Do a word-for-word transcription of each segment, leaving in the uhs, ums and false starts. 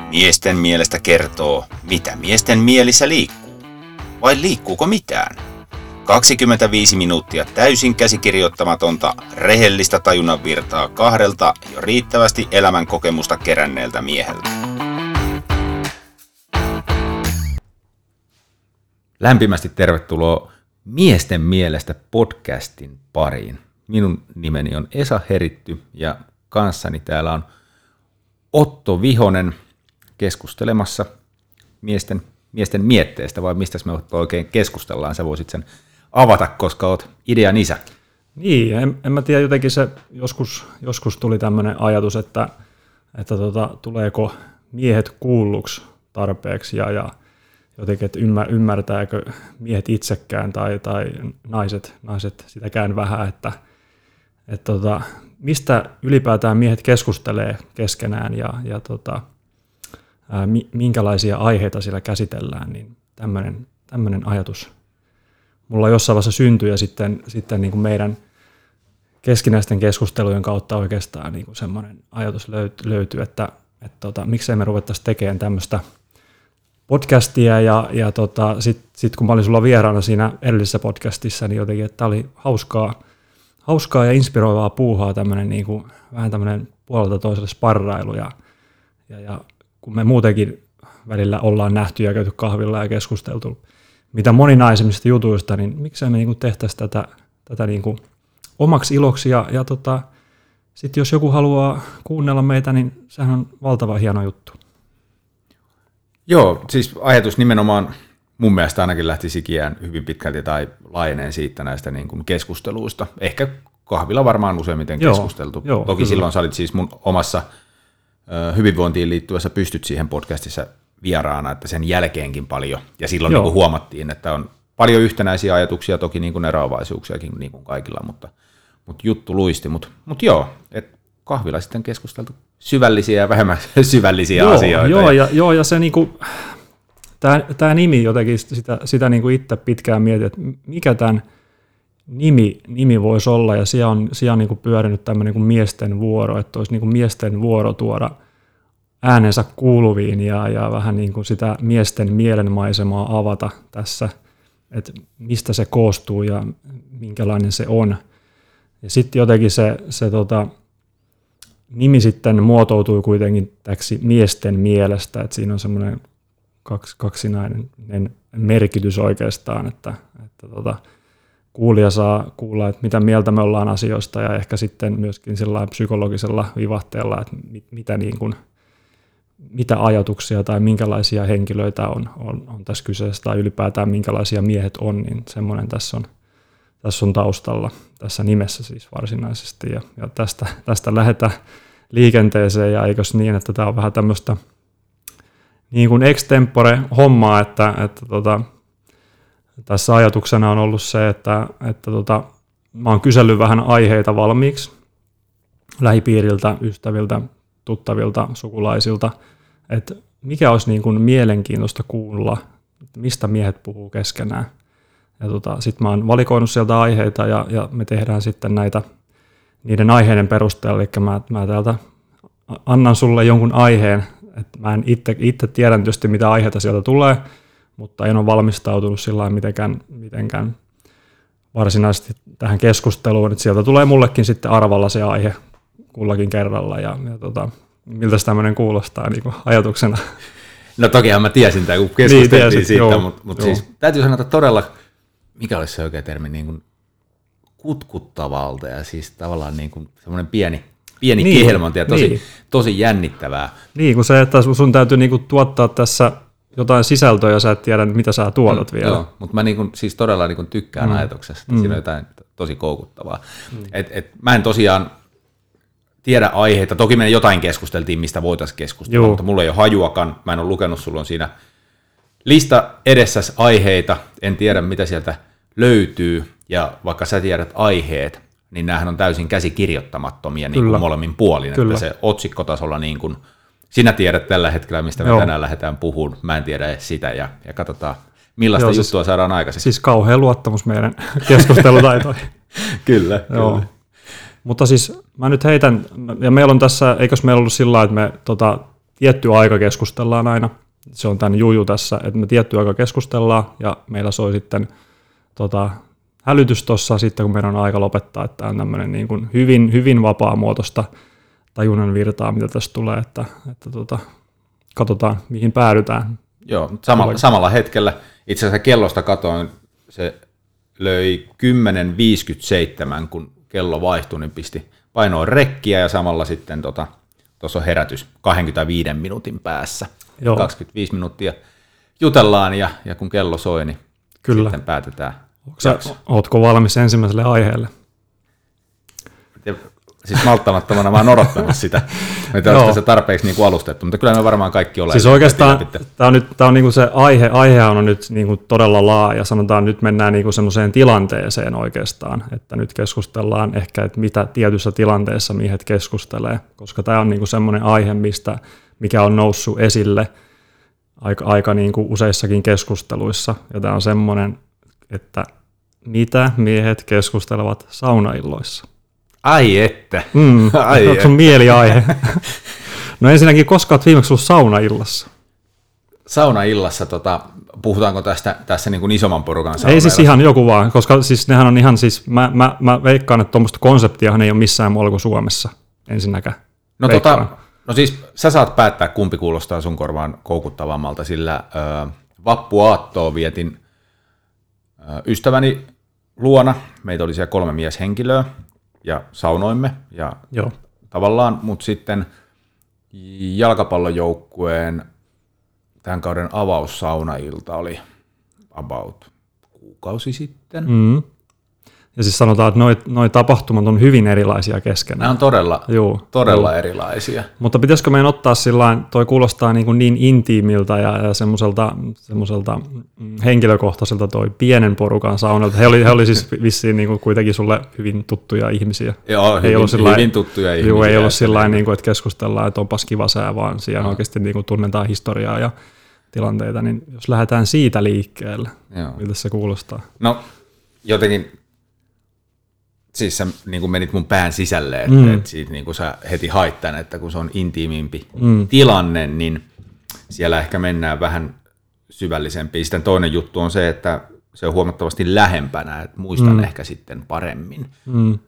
Miesten mielestä kertoo, mitä miesten mielissä liikkuu. Vai liikkuuko mitään? kaksikymmentäviisi minuuttia täysin käsikirjoittamatonta, rehellistä tajunnan virtaa kahdelta jo riittävästi elämän kokemusta keränneeltä mieheltä. Lämpimästi tervetuloa Miesten mielestä podcastin pariin. Minun nimeni on Esa Heritty ja kanssani täällä on Otto Vihonen keskustelemassa miesten, miesten mietteestä, vai mistä me oikein keskustellaan? Sä voisit sen avata, koska oot idean isä. Niin, en, en mä tiedä, jotenkin se joskus, joskus tuli tämmöinen ajatus, että, että tota, tuleeko miehet kuulluksi tarpeeksi ja, ja jotenkin, että ymmär, ymmärtääkö miehet itsekään tai, tai naiset, naiset sitäkään vähän, että, että tota, mistä ylipäätään miehet keskustelee keskenään ja, ja tota, ää, minkälaisia aiheita siellä käsitellään, niin tämmöinen, tämmöinen ajatus mulla jossain vaiheessa syntyi ja sitten, sitten niin kuin meidän keskinäisten keskustelujen kautta oikeastaan niin kuin semmoinen ajatus löytyy, että, että tota, miksei me ruvettaisiin tekemään tämmöistä podcastia ja, ja tota, sitten sit kun mä olin sulla vieraana siinä edellisessä podcastissa, niin jotenkin, että tämä oli hauskaa, hauskaa ja inspiroivaa puuhaa, tämmöinen niin kuin, vähän tämmöinen puolelta toiselle sparrailu ja, ja, ja kun me muutenkin välillä ollaan nähty ja käyty kahvilla ja keskusteltu mitä moninaisemmista jutuista, niin miksei me niin kuin tehtäisiin tätä, tätä niin kuin omaksi iloksi ja, ja tota, sitten jos joku haluaa kuunnella meitä, niin sehän on valtava hieno juttu. Joo, siis ajatus nimenomaan mun mielestä ainakin lähti sikiään hyvin pitkälti tai laajeneen siitä näistä niin kuin keskusteluista. Ehkä kahvilla varmaan useimmiten joo, keskusteltu. Joo, Toki kyllä. Silloin sä olit siis mun omassa ö, hyvinvointiin liittyvässä pystyt siihen podcastissa vieraana, että sen jälkeenkin paljon. Ja silloin niin kuin huomattiin, että on paljon yhtenäisiä ajatuksia, toki niin kuin eroavaisuuksiakin niin kuin kaikilla, mutta, mutta juttu luisti. Mutta, mutta joo, että kahvilla sitten keskusteltu syvällisiä ja vähemmän syvällisiä joo, asioita. Joo, ja, joo, ja se niinku, tämä, tämä nimi jotenkin, sitä, sitä niinku itse pitkään mietin, että mikä tämän nimi, nimi voisi olla, ja siellä on, siellä on niinku pyörinyt tämmöinen niinku miesten vuoro, että olisi niinku miesten vuoro tuoda äänensä kuuluviin ja, ja vähän niinku sitä miesten mielenmaisemaa avata tässä, että mistä se koostuu ja minkälainen se on. Ja sitten jotenkin se, se tota, nimi sitten muotoutui kuitenkin täksi miesten mielestä, että siinä on semmoinen kaks, kaksinainen merkitys oikeastaan, että, että tota, kuulija saa kuulla, että mitä mieltä me ollaan asioista ja ehkä sitten myöskin sellainen psykologisella vivahteella, että mit, mitä, niin kuin, mitä ajatuksia tai minkälaisia henkilöitä on, on, on tässä kyseessä tai ylipäätään minkälaisia miehet on, niin semmoinen tässä on. Tässä on taustalla, tässä nimessä siis varsinaisesti, ja, ja tästä, tästä lähdetään liikenteeseen, ja eikös niin, että tämä on vähän tämmöistä niin kuin extempore-hommaa, että, että tota, tässä ajatuksena on ollut se, että, että tota, mä oon kysellyt vähän aiheita valmiiksi lähipiiriltä, ystäviltä, tuttavilta, sukulaisilta, että mikä olisi niin kuin mielenkiintoista kuulla, mistä miehet puhuu keskenään. Ja tota, sitten mä oon valikoinut sieltä aiheita ja, ja me tehdään sitten näitä niiden aiheiden perusteella. Eli mä, mä täältä annan sulle jonkun aiheen, että mä en itse, itse tiedän tietysti mitä aiheita sieltä tulee, mutta en ole valmistautunut sillä lailla mitenkään, mitenkään varsinaisesti tähän keskusteluun. Että sieltä tulee mullekin sitten arvalla se aihe kullakin kerralla ja, ja tota, miltä tämmöinen kuulostaa niin kuin ajatuksena. No tokihan mä tiesin tämän, kun keskusteltiin niin, tiesit, siitä, joo, mutta, mutta siis täytyy sanoa, että todella mikä olisi se oikea termi, niin kuin kutkuttavalta ja siis tavallaan niin kuin semmoinen pieni, pieni niin, kihelmonti ja tosi, niin. tosi jännittävää. Niin, kun se, että sun täytyy niin kuin tuottaa tässä jotain sisältöä ja sä et tiedä, mitä sä tuotat mm, vielä. Joo, mutta mä niin kuin, siis todella niin kuin tykkään mm. ajatuksesta, että mm. siinä on jotain tosi koukuttavaa. Mm. Et, et, mä en tosiaan tiedä aiheita, toki me jotain keskusteltiin, mistä voitaisiin keskustella, Joo. mutta mulla ei ole hajuakaan, mä en ole lukenut, sulla on siinä lista edessäsi aiheita, en tiedä mitä sieltä löytyy, ja vaikka sä tiedät aiheet, niin näähän on täysin käsikirjoittamattomia niin kuin molemmin puolin, Kyllä. että se otsikkotasolla, niin kuin, sinä tiedät tällä hetkellä, mistä me Joo. tänään lähdetään puhumaan, mä en tiedä edes sitä, ja, ja katsotaan, millaista Joo, juttua siis, saadaan aikaisemmin. Siis kauhea luottamus meidän keskustelutaitoihin. Kyllä, Joo. kyllä. Mutta siis mä nyt heitän, ja meillä on tässä, eikös meillä ollut sillä lailla, että me tota, tietty aika keskustellaan aina. Se on tämän juju tässä, että me tietty aika keskustellaan ja meillä soi sitten tota, hälytys tuossa sitten, kun meidän on aika lopettaa, että on tämmöinen niin kuin hyvin, hyvin vapaamuotoista tajunnan virtaa, mitä tässä tulee, että, että tota, katsotaan, mihin päädytään. Joo, samalla, samalla hetkellä itse asiassa kellosta katoin, se löi kymmenen viisikymmentäseitsemän, kun kello vaihtui, niin pisti painoon rekkiä ja samalla sitten tuossa tota, on herätys kaksikymmentäviiden minuutin päässä. Joo. kaksikymmentäviisi minuuttia jutellaan ja, ja kun kello soi, niin Kyllä. sitten päätetään. Sä, ootko valmis ensimmäiselle aiheelle? Ja, siis malttamattomana mä oon odottanut sitä. Meitä olisi tässä tarpeeksi niin kuin alustettu, mutta kyllä me varmaan kaikki ollaan. Siis oikeastaan tämä on, nyt, tämä on niin kuin se aihe, aihehan on nyt niin kuin todella laaja. Sanotaan, nyt mennään niin kuin semmoiseen tilanteeseen oikeastaan, että nyt keskustellaan ehkä, että mitä tietyssä tilanteessa miehet keskustelee, koska tämä on niin kuin semmoinen aihe, mistä, mikä on noussut esille aika, aika niin kuin useissakin keskusteluissa. Ja tämä on semmoinen, että mitä miehet keskustelevat saunailloissa. Ai että. Mm, Ai onko sun mieliaihe? No ensinnäkin, koska olet viimeksi ollut saunaillassa? Saunaillassa, tota, puhutaanko tästä, tässä niin kuin isomman porukan saunaillassa? Ei siis ihan joku vaan, koska siis nehän on ihan siis, mä, mä, mä veikkaan, että tuommoista konseptiahan ei ole missään muualla kuin Suomessa ensinnäkään. No, tota, no siis sä saat päättää, kumpi kuulostaa sun korvaan koukuttavammalta, sillä ö, vappuaattoa vietin ö, ystäväni luona. Meitä oli siellä kolme mieshenkilöä. Ja saunoimme, ja Joo. tavallaan, mutta sitten jalkapallojoukkueen tämän kauden avaussaunailta oli about kuukausi sitten. Mm. Ja siis sanotaan, että noi, noi tapahtumat on hyvin erilaisia keskenään. Nämä on todella, Joo. todella Joo. erilaisia. Mutta pitäisikö meidän ottaa sillain, toi kuulostaa niin, niin intiimiltä ja, ja semmoiselta, semmoiselta henkilökohtaiselta toi pienen porukan saunalta. He oli, he oli siis vissiin niin kuin kuitenkin sulle hyvin tuttuja ihmisiä. Joo, ei hyvin, ollut sillain, hyvin tuttuja ihmisiä. Joo, ei ollut sillain, niin kuin, että keskustellaan, että onpas kiva sää, vaan siellä no. oikeasti niin kuin tunnetaan historiaa ja tilanteita. Niin jos lähdetään siitä liikkeelle, Joo. miltä se kuulostaa? No jotenkin... Siis sä niin kuin menit mun pään sisälle, että mm. et siitä niin kuin sä heti hait tämän, että kun se on intiimimpi mm. tilanne, niin siellä ehkä mennään vähän syvällisempiin. Sitten toinen juttu on se, että se on huomattavasti lähempänä, että muistan mm. ehkä sitten paremmin. Mm.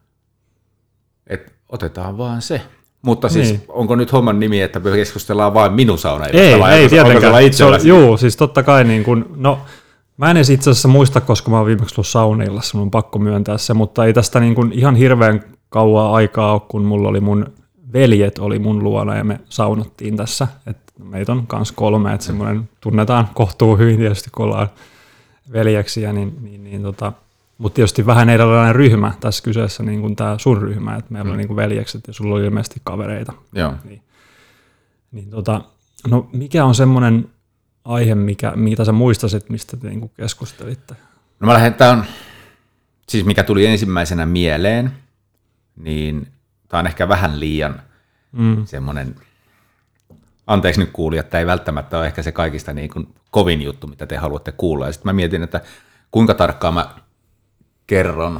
Et otetaan vaan se. Mutta siis niin. onko nyt homman nimi, että me keskustellaan vain minun saunailasta? Ei, vai ei tietenkään. Se on, joo, siis totta kai niin kuin, no mä en edes itse asiassa muista, koska mä oon viimeksi tullut saunaillassa, mun on pakko myöntää se, mutta ei tästä niin kuin ihan hirveän kauaa aikaa ole, kun mulla oli mun veljet oli mun luona ja me saunottiin tässä. Et meitä on kans kolme, että semmoinen tunnetaan kohtuu hyvin tietysti, kun ollaan veljeksiä, niin, niin, niin tota, mutta tietysti vähän erilainen ryhmä tässä kyseessä, niin kuin tämä sun ryhmä, että meillä mm. oli niin kuin veljekset ja sulla oli ilmeisesti kavereita. Joo. Niin, niin tota, no mikä on semmoinen aihe, mikä, mitä sä muistasit, mistä te niin keskustelitte? No mä lähden, tää on, siis mikä tuli ensimmäisenä mieleen, niin tää on ehkä vähän liian mm. semmoinen, anteeksi nyt kuulijat, tämä ei välttämättä ole ehkä se kaikista niin kuin kovin juttu, mitä te haluatte kuulla. Ja sitten mä mietin, että kuinka tarkkaan mä kerron,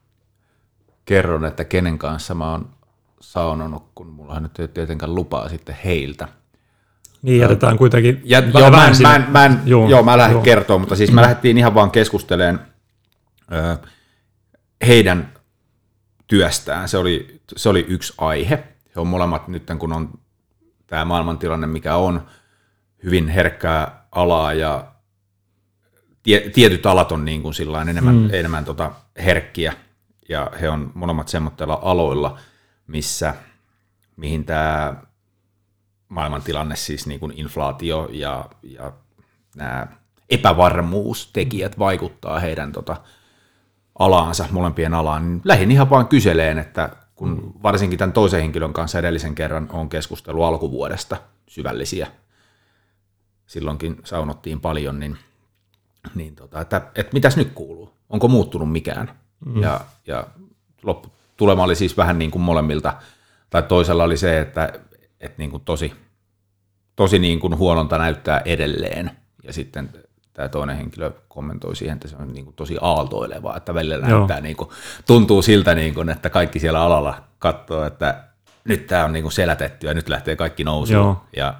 kerron, että kenen kanssa mä oon saunonut, kun mulla nyt ei tietenkään lupaa sitten heiltä. Niin jätetään kuitenkin ja, joo, mä, en, mä, en, mä, en, joo, joo, mä lähden kertoa, mutta siis me lähdettiin ihan vaan keskustelemaan ö, heidän työstään. Se oli, se oli yksi aihe. He on molemmat nyt, kun on tämä maailmantilanne, mikä on hyvin herkkää alaa ja tie, tietyt alat on niin kuin sillain enemmän, mm. enemmän tota herkkiä. Ja he on molemmat semmoitteilla aloilla, missä, mihin tämä maailmantilanne, siis niin kuin inflaatio ja, ja nämä epävarmuustekijät vaikuttaa heidän tota alaansa, molempien alaan, niin lähdin ihan vaan kyseleen, että kun varsinkin tämän toisen henkilön kanssa edellisen kerran on keskustelu alkuvuodesta syvällisiä, silloinkin saunottiin paljon, niin, niin tota, että, että mitäs nyt kuuluu, onko muuttunut mikään? Mm. Ja, ja lopputulema oli siis vähän niin kuin molemmilta, tai toisella oli se, että että niin kuin tosi, tosi niin kuin huonolta näyttää edelleen, ja sitten tämä toinen henkilö kommentoi siihen, että se on niin kuin tosi aaltoilevaa, että välillä Joo. näyttää, niin kuin, tuntuu siltä, niin kuin, että kaikki siellä alalla katsoo, että nyt tämä on niin kuin selätetty ja nyt lähtee kaikki nousuun, Joo. ja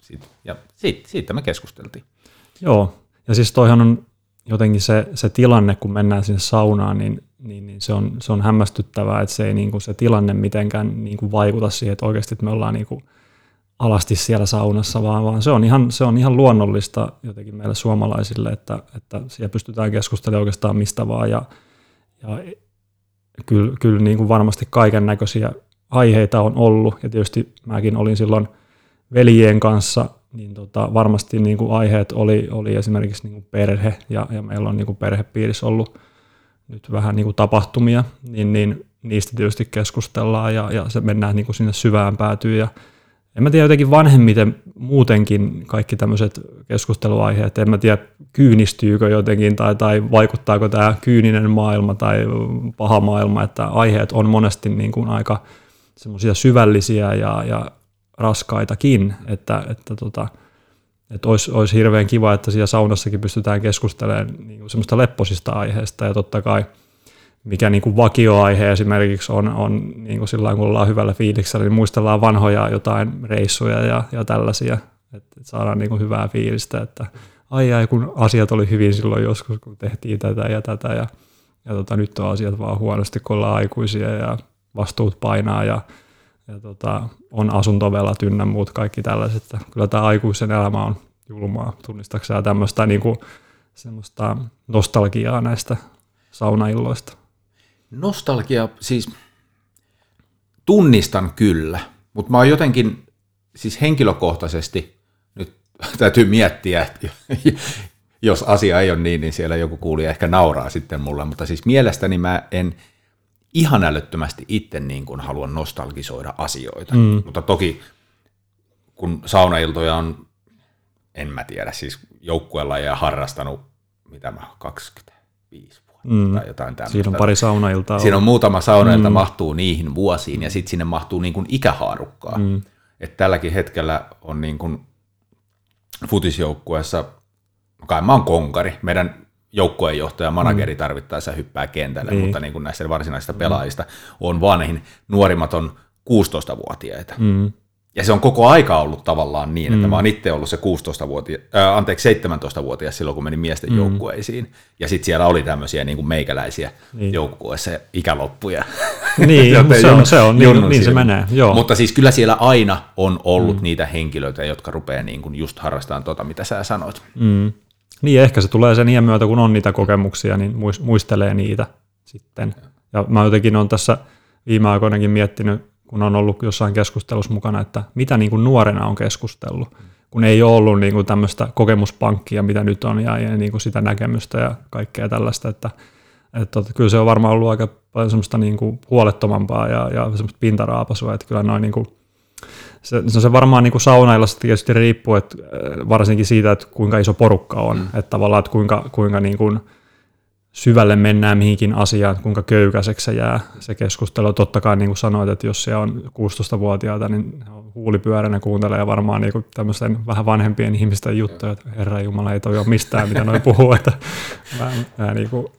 Sit, ja siitä, siitä me keskusteltiin. Joo, ja siis toihan on jotenkin se, se tilanne, kun mennään sinne saunaan, niin, niin, niin se, on, se on hämmästyttävää, että se ei niin kuin se tilanne mitenkään niin kuin vaikuta siihen, että oikeasti että me ollaan niin kuin alasti siellä saunassa, vaan, vaan se, on ihan, se on ihan luonnollista jotenkin meille suomalaisille, että, että siellä pystytään keskustelemaan oikeastaan mistä vaan, ja, ja kyllä, kyllä niin kuin varmasti kaiken näköisiä aiheita on ollut, ja tietysti mäkin olin silloin veljien kanssa, niin tota, varmasti niin kuin aiheet oli, oli esimerkiksi niin kuin perhe, ja, ja meillä on niin kuin perhepiirissä ollut nyt vähän niin kuin tapahtumia, niin, niin niistä tietysti keskustellaan, ja, ja se mennään niin kuin sinne syvään päätyyn, ja en mä tiedä, jotenkin vanhemmiten muutenkin kaikki tämmöiset keskusteluaiheet, en mä tiedä kyynistyykö jotenkin tai, tai vaikuttaako tämä kyyninen maailma tai paha maailma, että aiheet on monesti niin kuin aika semmoisia syvällisiä ja, ja raskaitakin, että, että, tota, että olisi, olisi hirveän kiva, että siellä saunassakin pystytään keskustelemaan niin kuin semmoista lepposista aiheista, ja totta kai mikä niin kuin vakioaihe esimerkiksi on, on niin kuin sillä kun ollaan hyvällä fiiliksellä, niin muistellaan vanhoja jotain reissuja ja, ja tällaisia, että saadaan niin kuin hyvää fiilistä, että ai ai kun asiat oli hyvin silloin joskus, kun tehtiin tätä ja tätä, ja, ja tota, nyt on asiat vaan huonosti, kun ollaan aikuisia ja vastuut painaa ja, ja tota, on asuntovelat ynnä muut kaikki tällaiset. Kyllä tämä aikuisen elämä on julmaa, tunnistakseni tämmöistä niin kuin semmoista nostalgiaa näistä saunailloista. Nostalgia, siis tunnistan kyllä, mutta mä oon jotenkin, siis henkilökohtaisesti, nyt täytyy miettiä, että jos asia ei ole niin, niin siellä joku kuulija ehkä nauraa sitten mulle, mutta siis mielestäni mä en ihan älyttömästi itse niin kuin haluan nostalgisoida asioita, mm. mutta toki kun saunailtoja on, en mä tiedä, siis joukkueella ja harrastanut, mitä mä kaksikymmentäviisi vuotta. Mm. Tai jotain tämmöistä. Siinä on pari saunailtaa. Siinä on muutama saunailta, mm. mahtuu niihin vuosiin, ja sitten sinne mahtuu niin kuin ikähaarukkaa. Mm. Et tälläkin hetkellä on niin kuin futisjoukkueessa, kai mä oon konkari, meidän joukkueenjohtaja, manageri tarvittaessa hyppää kentälle, niin. mutta niin kuin näistä varsinaisista pelaajista on vaan näihin nuorimmat on kuusitoistavuotiaita. Mm. Ja se on koko aika ollut tavallaan niin, että mm. mä oon itse ollut se kuusitoistavuotias, äh, anteeksi seitsemäntoistavuotias silloin, kun menin miesten mm. joukkueisiin. Ja sitten siellä oli tämmöisiä niin kuin meikäläisiä niin. joukkueessa ikäloppuja. Niin, se on, se on niin, niin se menee. Joo. Mutta siis kyllä siellä aina on ollut mm. niitä henkilöitä, jotka rupeaa niin kuin just harrastamaan tota, mitä sä sanoit. Mm. Niin, ehkä se tulee sen iän myötä, kun on niitä kokemuksia, niin muistelee niitä sitten. Ja mä jotenkin olen tässä viime aikoinakin miettinyt, kun on ollut jossain keskustelussa mukana, että mitä niin kuin nuorena on keskustellut, kun ei ole ollut niin kuin tämmöistä kokemuspankkia, mitä nyt on, ja, ja niin kuin sitä näkemystä ja kaikkea tällaista, että, että, että kyllä se on varmaan ollut aika paljon semmoista niin kuin huolettomampaa ja, ja semmoista pintaraapasua, että kyllä noin niin kuin, se, se varmaan niin kuin saunailassa tietysti riippuu, että varsinkin siitä, että kuinka iso porukka on, mm. että tavallaan, että kuinka, kuinka niin kuin syvälle mennään mihinkin asiaan, kuinka köykäiseksi se jää se keskustelu. Totta kai niin kuin sanoit, että jos se on kuusitoistavuotiaita, niin huulipyöränä kuuntelee varmaan niin kuin tämmöisten vähän vanhempien ihmisten juttuja, että herra jumala ei toi ole mistään, mitä noi puhuu. Että mä, mä niin kuin,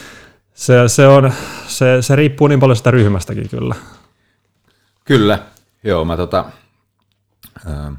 se, se, on, se, se riippuu niin paljon sitä ryhmästäkin kyllä. Kyllä, joo. Mä tota, ää,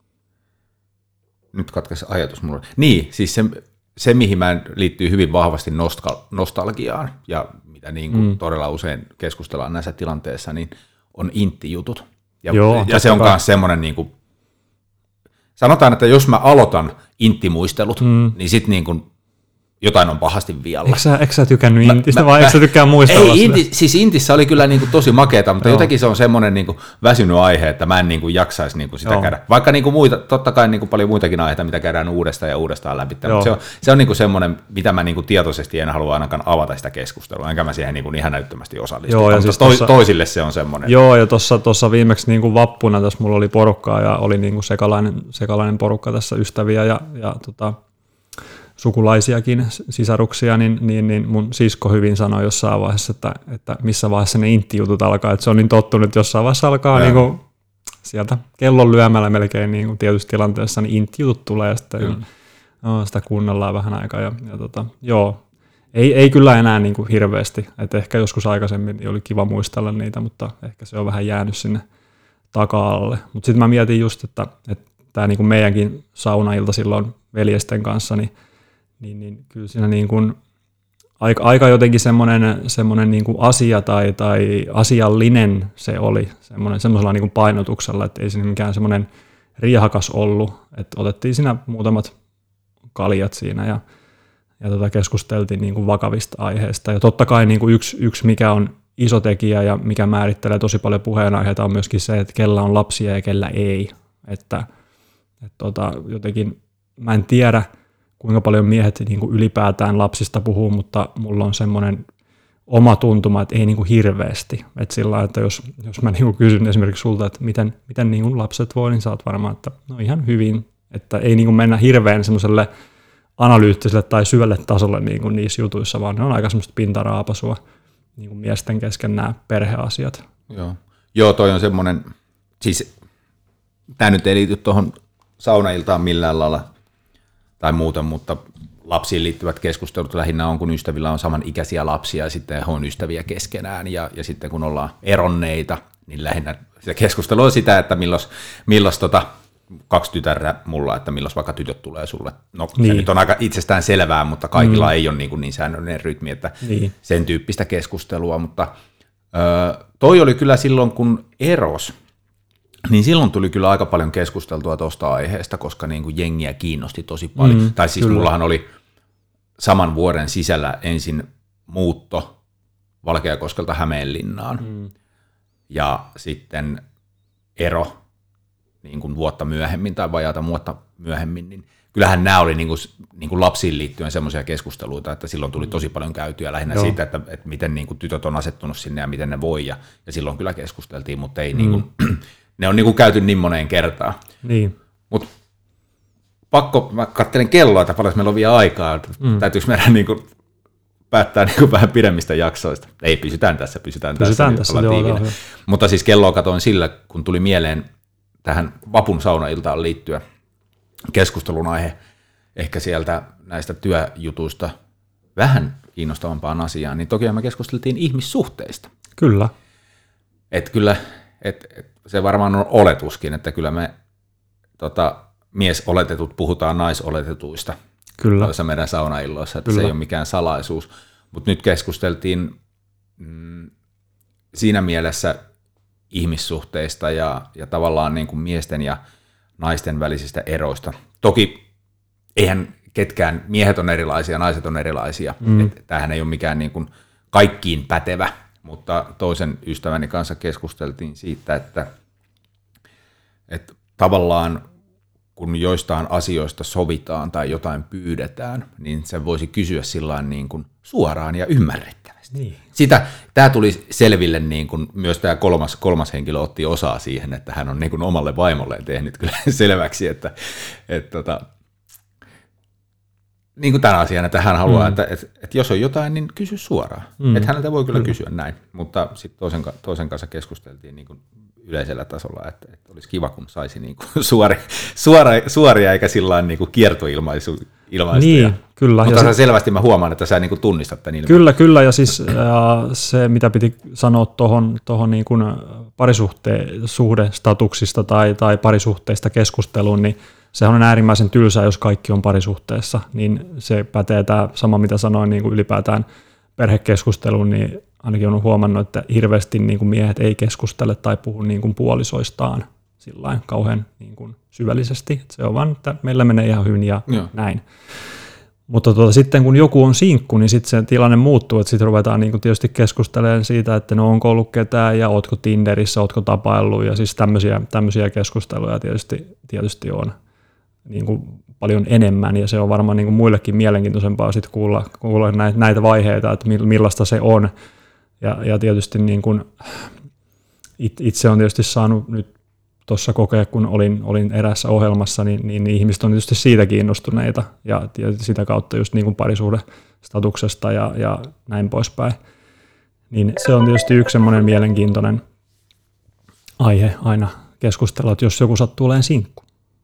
nyt katkesi ajatus mulle. Niin, siis se... Se, mihin mä liittyy hyvin vahvasti nostalgiaan ja mitä niin kuin mm. todella usein keskustellaan näissä tilanteissa, niin on intti-jutut. Ja, Joo, ja se on myös semmoinen, niin kuin, sanotaan, että jos mä aloitan intti-muistelut, mm. niin sitten niin kuin jotain on pahasti vialla. Eikö sä, eikö sä tykännyt mä, intistä mä, vai mä, eikö sä tykkää muistella ei, inti, siis intissä oli kyllä niin kuin tosi makeata, mutta Joo. jotenkin se on semmoinen niin kuin väsynyt aihe, että mä en niin kuin jaksaisi niin kuin sitä Joo. käydä. Vaikka niin kuin muita, totta kai niin kuin paljon muitakin aiheita, mitä käydään uudestaan ja uudestaan läpi. Mutta se on, se on niin kuin semmoinen, mitä mä niin kuin tietoisesti en halua ainakaan avata sitä keskustelua, enkä mä siihen niin kuin ihan näyttömästi osallistu. Joo, ja siis tossa, toisille se on semmoinen. Joo, ja tuossa viimeksi niin kuin vappuna tässä mulla oli porukkaa ja oli niin kuin sekalainen, sekalainen porukka tässä ystäviä ja, ja tota, sukulaisiakin, sisaruksia, niin, niin, niin mun sisko hyvin sanoi jossain vaiheessa, että, että missä vaiheessa ne intti-jutut alkaa, että se on niin tottunut, että jossain vaiheessa alkaa niin kuin sieltä kellon lyömällä melkein niin kuin tietyssä tilanteessa, niin intti-jutut tulee ja sitten mm. no, sitä kuunnellaan vähän aikaa. Ja, ja tota, joo, ei, ei kyllä enää niin kuin hirveästi, että ehkä joskus aikaisemmin niin oli kiva muistella niitä, mutta ehkä se on vähän jäänyt sinne taka-alle. Mutta sitten mä mietin just, että, että tämä niin kuin meidänkin saunailta silloin veljesten kanssa, niin, niin, niin kyllä siinä niin kuin aika, aika jotenkin semmoinen, semmoinen niin kuin asia tai, tai asiallinen se oli, semmoinen, semmoisella niin kuin painotuksella, että ei se mikään semmoinen riehakas ollut, että otettiin siinä muutamat kaljat siinä ja, ja tota keskusteltiin niin kuin vakavista aiheista. Ja totta kai niin kuin yksi, yksi, mikä on iso tekijä ja mikä määrittelee tosi paljon puheenaiheita on myöskin se, että kellä on lapsia ja kellä ei. Että, että tota, jotenkin mä en tiedä, kuinka paljon miehet niin kuin ylipäätään lapsista puhuu, mutta mulla on semmoinen oma tuntuma, että ei niin kuin hirveästi. Että sillä lailla, että jos, jos mä niin kuin kysyn esimerkiksi sulta, että miten, miten niin kuin lapset voi, niin sä oot varmaan, että no ihan hyvin. Että ei niin kuin mennä hirveän semmoiselle analyyttiselle tai syvälle tasolle niin kuin niissä jutuissa, vaan ne on aika semmoista pintaraapasua niin kuin miesten kesken nämä perheasiat. Joo, Joo toi on semmoinen, siis tämä nyt ei liity tuohon saunailtaan millään lailla tai muuten, mutta lapsiin liittyvät keskustelut lähinnä on, kun ystävillä on samanikäisiä lapsia ja sitten he on ystäviä keskenään ja, ja sitten kun ollaan eronneita, niin lähinnä se keskustelu on sitä, että milloin, milloin tota, kaksi tytärä mulla, että milloin vaikka tytöt tulee sulle. No niin. Se nyt on aika itsestään selvää, mutta kaikilla mm. ei ole niin, niin säännöllinen rytmi, että niin. Sen tyyppistä keskustelua, mutta ö, toi oli kyllä silloin, kun eros, niin silloin tuli kyllä aika paljon keskusteltua tuosta aiheesta, koska niin kuin jengiä kiinnosti tosi paljon. Mm, tai siis kyllä. Mullahan oli saman vuoden sisällä ensin muutto Valkeakoskelta Hämeenlinnaan mm. ja sitten ero niin kuin vuotta myöhemmin tai vajaata vuotta myöhemmin, niin kyllähän nämä oli niin kuin, niin kuin lapsiin liittyen semmoisia keskusteluita, että silloin tuli tosi paljon käytyä lähinnä Joo. siitä, että, että miten niin kuin tytöt on asettunut sinne ja miten ne voi, ja, ja silloin kyllä keskusteltiin, mutta ei mm. niin kuin, ne on niin kuin käyty niin moneen kertaan. Niin. Mutta pakko, mä katselen kelloa, että paljon meillä on vielä aikaa, että mm. täytyykö meidän niin kuin päättää niin kuin vähän pidemmistä jaksoista. Ei, pysytään tässä, pysytään, pysytään tässä. tässä joo, joo. Mutta siis kelloa katoin sillä, kun tuli mieleen tähän Vapun saunailtaan liittyen keskustelun aihe ehkä sieltä näistä työjutuista vähän kiinnostavampaan asiaan, niin toki me keskusteltiin ihmissuhteista. Kyllä. Et kyllä, et, et se varmaan on oletuskin, että kyllä me tota, miesoletetut puhutaan naisoletetuista kyllä. noissa meidän saunailloissa, että kyllä. Se ei ole mikään salaisuus. Mutta nyt keskusteltiin mm, siinä mielessä ihmissuhteista ja, ja tavallaan niin kuin miesten ja naisten välisistä eroista. Toki eihän ketkään, miehet on erilaisia, naiset on erilaisia. Mm. Tämähän ei ole mikään niin kuin kaikkiin pätevä, mutta toisen ystäväni kanssa keskusteltiin siitä, että, että tavallaan kun joistain asioista sovitaan tai jotain pyydetään, niin se voisi kysyä sillain niin kuin suoraan ja ymmärrettävästi. Niin. Sitä, tämä tuli selville, niin kuin myös tämä kolmas, kolmas henkilö otti osaa siihen, että hän on niin kuin omalle vaimolleen tehnyt kyllä selväksi, että, että, että niin kuin tämän asian, että hän haluaa, mm. että, että, että jos on jotain, niin kysy suoraan. Mm. Että häneltä voi kyllä mm. kysyä näin, mutta sitten toisen, toisen kanssa keskusteltiin niin kuin yleisellä tasolla, että, että olisi kiva, kun saisi niin kuin suori, suora, suoria eikä sillain niin kuin kiertoilmaisu. Niin, kyllä. Mutta se, selvästi mä huomaan, että sä niin kuin tunnistat tämän ilman. Kyllä, kyllä, ja siis ja se, mitä piti sanoa tuohon tohon niin kuin parisuhdestatuksista tai, tai parisuhteista keskusteluun, niin sehän on äärimmäisen tylsää, jos kaikki on parisuhteessa, niin se pätee tämä sama, mitä sanoin niin kuin ylipäätään perhekeskusteluun, niin ainakin olen huomannut, että hirveästi niin kuin miehet ei keskustele tai puhu niin kuin puolisoistaan sillain kauhean niin kuin syvällisesti. Se on vaan, että meillä menee ihan hyvin ja Joo. näin. Mutta tuota, sitten kun joku on sinkku, niin sitten se tilanne muuttuu, että sitten ruvetaan niin kuin tietysti keskustelemaan siitä, että no onko ollut ketään ja ootko Tinderissä, ootko tapaillut ja siis tämmöisiä, tämmöisiä keskusteluja tietysti, tietysti on niin kuin paljon enemmän ja se on varmaan niin kuin muillekin mielenkiintoisempaa sitten kuulla, kuulla näitä, näitä vaiheita, että millaista se on. Ja, ja tietysti niin kuin itse on tietysti saanut nyt tuossa kokea, kun olin, olin erässä ohjelmassa, niin, niin, niin ihmiset on tietysti siitä kiinnostuneita ja sitä kautta just niin kuin parisuhdestatuksesta ja, ja näin poispäin. Niin se on tietysti yksi semmoinen mielenkiintoinen aihe aina keskustella, että jos joku sattuu olemaan sinkku.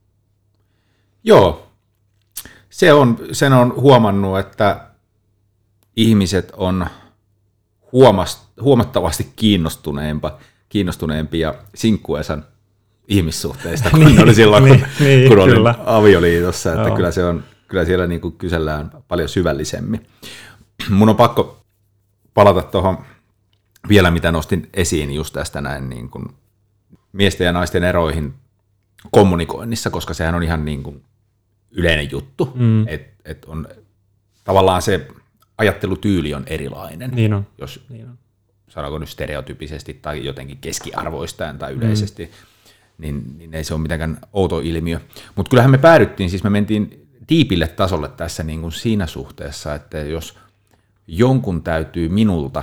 Joo, se on, sen on huomannut, että ihmiset on huomast, huomattavasti kiinnostuneempa, kiinnostuneempia sinkkuesan ihmissuhteista, kun niin, oli silloin, kun, niin, niin, kun olin avioliitossa, että Joo. kyllä, se on, kyllä siellä niin kuin kysellään paljon syvällisemmin. Mun on pakko palata tuohon vielä, mitä nostin esiin just tästä näin niin kuin miesten ja naisten eroihin kommunikoinnissa, koska sehän on ihan niin kuin yleinen juttu, mm. että et on tavallaan se ajattelutyyli on erilainen, niin on. jos niin on. sanoiko nyt stereotypisesti tai jotenkin keskiarvoistaen tai yleisesti, mm. niin, niin ei se ole mitenkään outo ilmiö. Mutta kyllähän me päädyttiin, siis me mentiin diipille tasolle tässä niin kuin siinä suhteessa, että jos jonkun täytyy minulta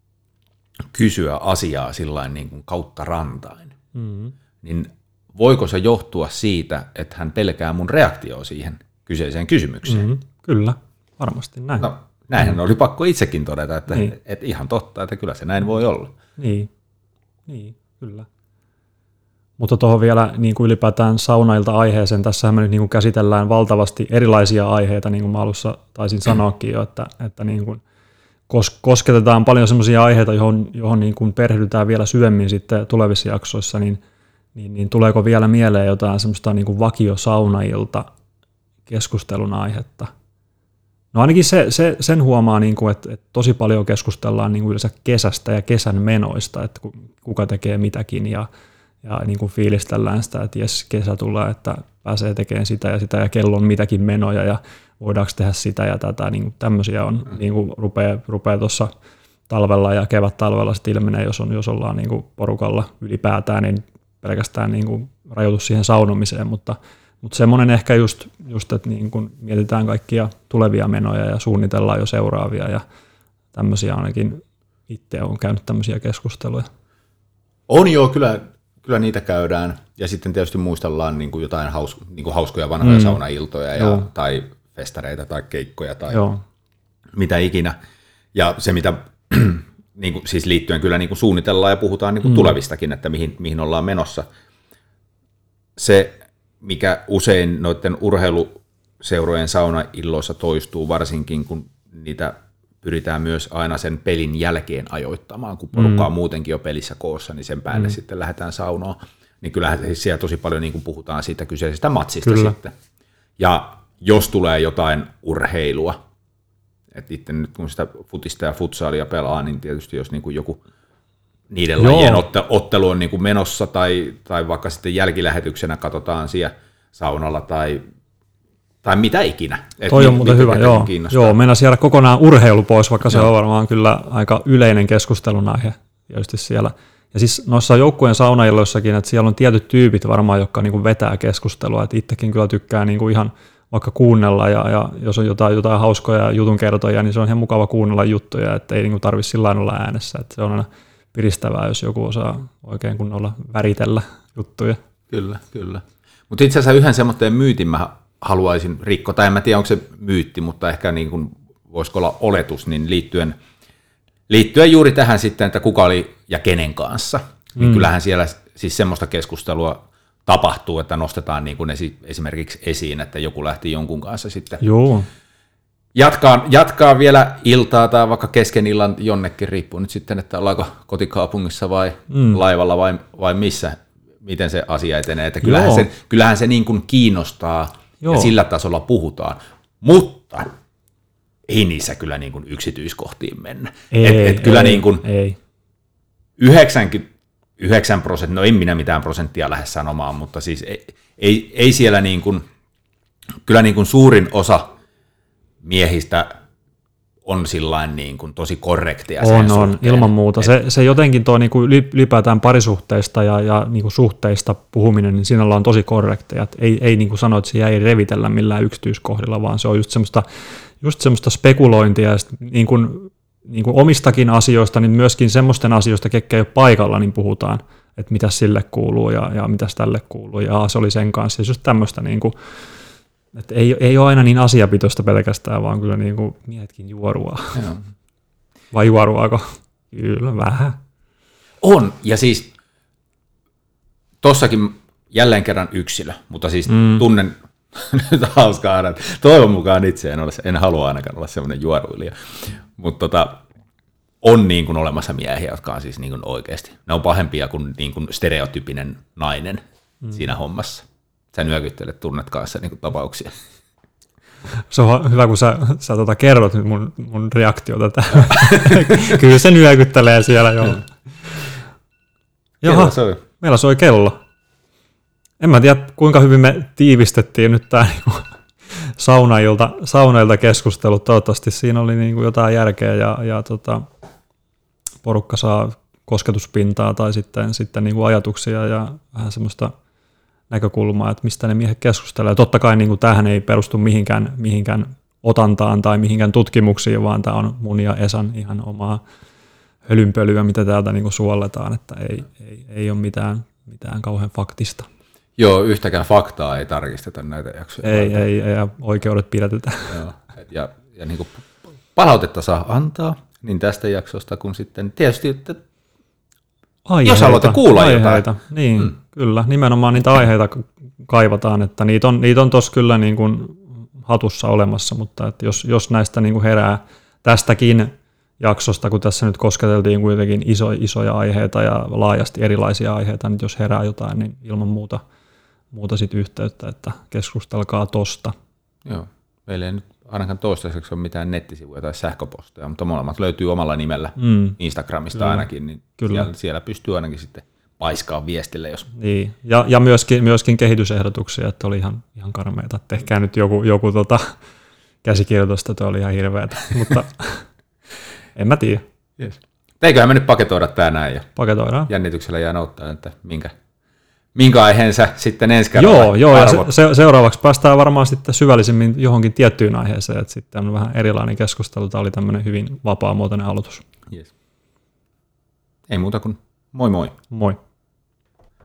kysyä asiaa sillain niin kuin kautta rantain, mm. niin voiko se johtua siitä, että hän pelkää mun reaktioa siihen kyseiseen kysymykseen? Mm-hmm. Kyllä, varmasti näin. No, näinhän mm. oli pakko itsekin todeta, että, niin. että ihan totta, että kyllä se näin voi olla. Niin, niin kyllä. Mutta tuohon vielä niin kuin ylipäätään saunailta aiheeseen, tässähän me nyt niin kuin käsitellään valtavasti erilaisia aiheita, niin kuin mä alussa taisin sanoakin jo, että, että niin kuin kosketetaan paljon sellaisia aiheita, johon, johon niin kuin perehdytään vielä syvemmin sitten tulevissa jaksoissa, niin Niin, niin tuleeko vielä mieleen jotain semmoista niin kuin vakiosaunajilta keskustelun aihetta? No ainakin se, se, sen huomaa, niin kuin, että, että tosi paljon keskustellaan niin kuin yleensä kesästä ja kesän menoista, että kuka tekee mitäkin ja, ja niin kuin fiilistellään sitä, että jes, kesä tulee, että pääsee tekemään sitä ja sitä ja kello on mitäkin menoja ja voidaanko tehdä sitä ja tätä. Niin kuin tämmöisiä on, mm. niin kuin rupeaa, rupeaa tuossa talvella ja kevät-talvella sitten ilmenee, jos, on, jos ollaan niin kuin porukalla ylipäätään, niin pelkästään niin kuin rajoitus siihen saunomiseen, mutta, mutta semmoinen ehkä just, just että niin kuin mietitään kaikkia tulevia menoja ja suunnitellaan jo seuraavia ja tämmöisiä ainakin itse olen käynyt tämmöisiä keskusteluja. On joo, kyllä, kyllä niitä käydään ja sitten tietysti muistellaan niin kuin jotain haus, niin kuin hauskoja vanhoja mm. saunailtoja ja, tai festareita tai keikkoja tai joo. mitä ikinä ja se mitä niin kuin, siis liittyen kyllä niin kuin suunnitellaan ja puhutaan niin kuin mm. tulevistakin, että mihin, mihin ollaan menossa. Se, mikä usein noiden urheiluseurojen saunailloissa toistuu, varsinkin kun niitä pyritään myös aina sen pelin jälkeen ajoittamaan, kun porukkaa mm. muutenkin jo pelissä koossa, niin sen päälle mm. sitten lähdetään saunoon. Niin kyllähän siellä tosi paljon niin kuin puhutaan siitä kyseisestä matsista kyllä. sitten. Ja jos tulee jotain urheilua, että itse nyt kun sitä futista ja futsaalia pelaa, niin tietysti jos niin kuin joku niiden Joo. lajien ottelu on niin kuin menossa tai, tai vaikka sitten jälkilähetyksenä katsotaan siellä saunalla tai, tai mitä ikinä. Toi on muuten hyvä, joo. joo. Mennään siellä kokonaan urheilu pois, vaikka se joo. on varmaan kyllä aika yleinen keskustelun aihe tietysti siellä. Ja siis noissa joukkueen saunailloissakin, että siellä on tietyt tyypit varmaan, jotka niin kuin vetää keskustelua, että itsekin kyllä tykkää niin kuin ihan vaikka kuunnella, ja, ja jos on jotain, jotain hauskoja jutunkertoja, niin se on ihan mukava kuunnella juttuja, että ei niin tarvitse sillä lailla olla äänessä. Että se on aina piristävää, jos joku osaa oikein kunnolla väritellä juttuja. Kyllä, kyllä. Mutta itse asiassa yhden semmoinen myytin mä haluaisin rikkoa, tai en mä tiedä, onko se myytti, mutta ehkä niin kuin voisiko olla oletus, niin liittyen, liittyen juuri tähän sitten, että kuka oli ja kenen kanssa. Mm. Niin kyllähän siellä siis semmoista keskustelua tapahtuu, että nostetaan niin kuin esimerkiksi esiin, että joku lähti jonkun kanssa sitten Joo. Jatkaa, jatkaa vielä iltaa tai vaikka kesken illan jonnekin, riippuu nyt sitten, että ollaanko kotikaupungissa vai mm. laivalla vai, vai missä, miten se asia etenee. Että kyllähän, se, kyllähän se niin kuin kiinnostaa Joo. ja sillä tasolla puhutaan, mutta ei niissä kyllä niin kuin yksityiskohtiin mennä. Ei, et, et kyllä ei, niin kuin ei. yhdeksänkymmentäyhdeksän prosenttia, no en minä mitään prosenttia lähde sanomaan, mutta siis ei, ei, ei siellä niin kuin, kyllä niin kuin suurin osa miehistä on sillain niin kuin tosi korrektia. On, on, ilman muuta. Se, se jotenkin tuo niin kuin ylipäätään parisuhteista ja, ja niin kuin suhteista puhuminen, niin siinä ollaan tosi korrekteja. Et ei ei niin kuin sano, että siellä ei revitellä millään yksityiskohdilla, vaan se on just semmoista, just semmoista spekulointia ja niin kuin, niin kuin omistakin asioista, niin myöskin semmoisten asioista, ketkä ei ole paikalla, niin puhutaan, että mitä sille kuuluu ja, ja mitäs tälle kuuluu. Ja se oli sen kanssa. Ja just tämmöistä niin kuin, että ei, ei ole aina niin asiapitoista pelkästään, vaan kyllä niin kuin miehetkin juorua. Joo. Vai juoruaako? Kyllä, vähän. On, ja siis tossakin jälleen kerran yksilö, mutta siis mm. tunnen nyt hauskaa aina, toivon mukaan itse en, ole, en halua ainakaan olla semmoinen juoruilija, mutta tota, on niin kuin olemassa miehiä, jotka on siis niin kuin oikeasti, ne on pahempia kuin, niin kuin stereotypinen nainen. mm. siinä hommassa. Sä nyökyttelet, tunnet kanssa niin kuin tapauksia. Se on hyvä, kun sä, sä tota kerrot nyt mun, mun reaktiota tähän. Kyllä se nyökyttelee siellä jo. Jaha, soi. Meillä soi kello. En mä tiedä, kuinka hyvin me tiivistettiin nyt tämä niinku saunailta, saunailta keskustelu. Toivottavasti siinä oli niinku jotain järkeä ja, ja tota, porukka saa kosketuspintaa tai sitten, sitten niinku ajatuksia ja vähän semmoista näkökulmaa, että mistä ne miehet keskustelee. Totta kai niin kuin tämähän ei perustu mihinkään, mihinkään otantaan tai mihinkään tutkimuksiin, vaan tämä on mun ja Esan ihan omaa hölynpölyä, mitä täältä niin kuin suolletaan, että ei, ei, ei ole mitään, mitään kauhean faktista. Joo, yhtäkään faktaa ei tarkisteta näitä jaksoja. Ei, ei, ei, ja oikeudet pidätetään. Joo, ja, ja niin kuin palautetta saa antaa niin tästä jaksosta kuin sitten tietysti, että aiheita, jos haluatte kuulla aiheita. Jotain. Niin, mm. kyllä. Nimenomaan niitä aiheita kaivataan, että niitä on, niitä on tuossa kyllä niin kuin hatussa olemassa, mutta että jos, jos näistä niin kuin herää tästäkin jaksosta, kun tässä nyt kosketeltiin kuitenkin iso, isoja aiheita ja laajasti erilaisia aiheita, niin jos herää jotain, niin ilman muuta, muuta sit yhteyttä, että keskustelkaa tosta. Joo, meillä ei nyt ainakaan toistaiseksi ole mitään nettisivuja tai sähköposteja, mutta molemmat löytyy omalla nimellä mm. Instagramista Kyllä. ainakin, niin siellä, siellä pystyy ainakin sitten paiskaa viestille. Jos... Niin. Ja, ja myöskin, myöskin kehitysehdotuksia, että oli ihan, ihan karmeita. Tehkää nyt joku, joku tota, käsikirjoitusta, että oli ihan hirveätä, mutta en mä tiedä. Yes. Eiköhän me nyt paketoida tämä näin ja paketoidaan. Jännityksellä jää nouttaa, että minkä, minkä aiheensa sitten ensi kerralla Joo, joo ja se, se, seuraavaksi päästään varmaan sitten syvällisemmin johonkin tiettyyn aiheeseen, että sitten on vähän erilainen keskustelu. Tämä oli tämmöinen hyvin vapaamuotoinen aloitus. Yes. Ei muuta kuin moi moi. Moi.